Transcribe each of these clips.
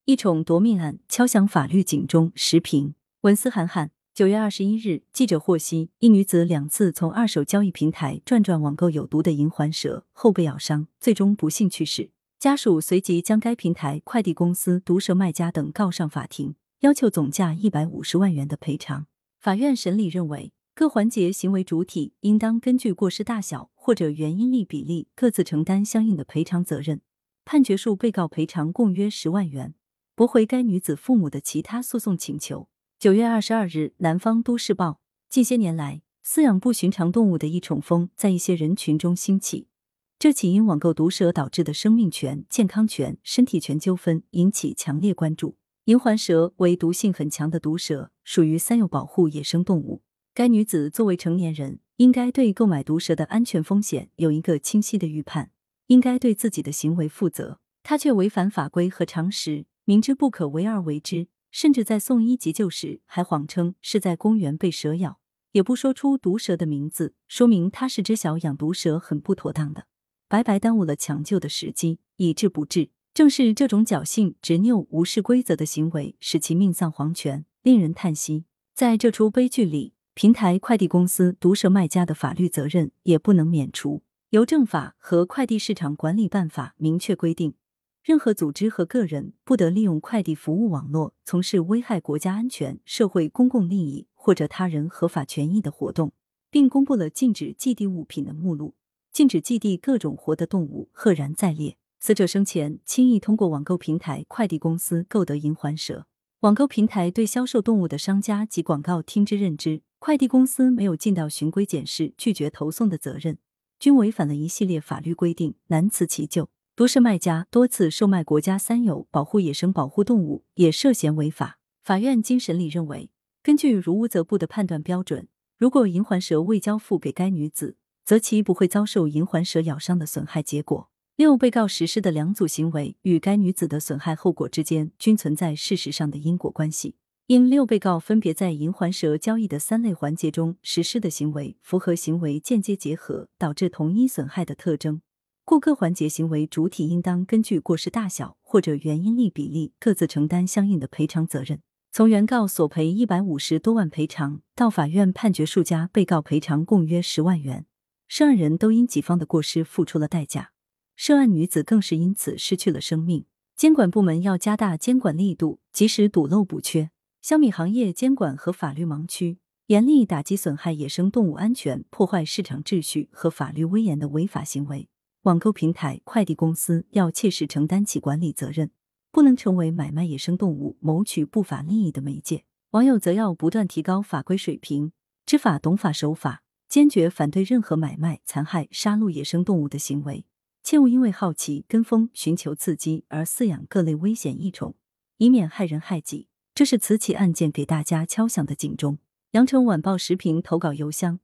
一宠夺命案敲响法律警钟。时评文思涵涵。9月21日，记者获悉，一女子2次从二手交易平台转网购有毒的银环蛇后被咬伤，最终不幸去世。家属随即将该平台、快递公司、毒蛇卖家等告上法庭，要求总价150万元的赔偿。法院审理认为，各环节行为主体应当根据过失大小或者原因力比例各自承担相应的赔偿责任，判决数被告赔偿共约10万元，驳回该女子父母的其他诉讼请求。9月22日，南方都市报。近些年来，饲养不寻常动物的一宠风在一些人群中兴起，这起因网购毒蛇导致的生命权、健康权、身体权纠纷引起强烈关注。银环蛇为毒性很强的毒蛇，属于三有保护野生动物。该女子作为成年人，应该对购买毒蛇的安全风险有一个清晰的预判，应该对自己的行为负责。她却违反法规和常识，明知不可为而为之，甚至在送医急救时还谎称是在公园被蛇咬，也不说出毒蛇的名字，说明他是知晓养毒蛇很不妥当的，白白耽误了抢救的时机，以致不治。正是这种侥幸、执拗、无视规则的行为，使其命丧黄泉，令人叹息。在这出悲剧里，平台、快递公司、毒蛇卖家的法律责任也不能免除。邮政法和快递市场管理办法明确规定，任何组织和个人不得利用快递服务网络从事危害国家安全、社会公共利益或者他人合法权益的活动，并公布了禁止寄递物品的目录。禁止寄递各种活的动物赫然在列。死者生前轻易通过网购平台、快递公司购得银环蛇。网购平台对销售动物的商家及广告听之任之，快递公司没有尽到循规检视、拒绝投送的责任，均违反了一系列法律规定，难辞其咎。毒蛇卖家多次售卖国家三有保护野生保护动物，也涉嫌违法。法院经审理认为，根据如无责部的判断标准，如果银环蛇未交付给该女子，则其不会遭受银环蛇咬伤的损害结果。6被告实施的两组行为与该女子的损害后果之间均存在事实上的因果关系。因6被告分别在银环蛇交易的3类环节中实施的行为符合行为间接结合导致同一损害的特征，故各环节行为主体应当根据过失大小或者原因力比例各自承担相应的赔偿责任。从原告索赔150多万赔偿到法院判决数家被告赔偿共约10万元，涉案人都因己方的过失付出了代价，涉案女子更是因此失去了生命。监管部门要加大监管力度，及时堵漏补缺，消弭行业监管和法律盲区，严厉打击损害野生动物安全、破坏市场秩序和法律威严的违法行为。网购平台、快递公司要切实承担起管理责任，不能成为买卖野生动物、谋取不法利益的媒介。网友则要不断提高法规水平，知法懂法守法，坚决反对任何买卖、残害、杀戮野生动物的行为，切勿因为好奇、跟风、寻求刺激而饲养各类危险异宠，以免害人害己。这是此起案件给大家敲响的警钟。羊城晚报时评投稿邮箱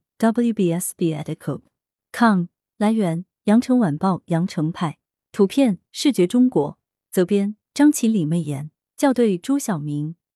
wbsb@coop.com。 来源羊城晚报羊城派，图片视觉中国，责编张琪、李媚妍，校对朱晓明。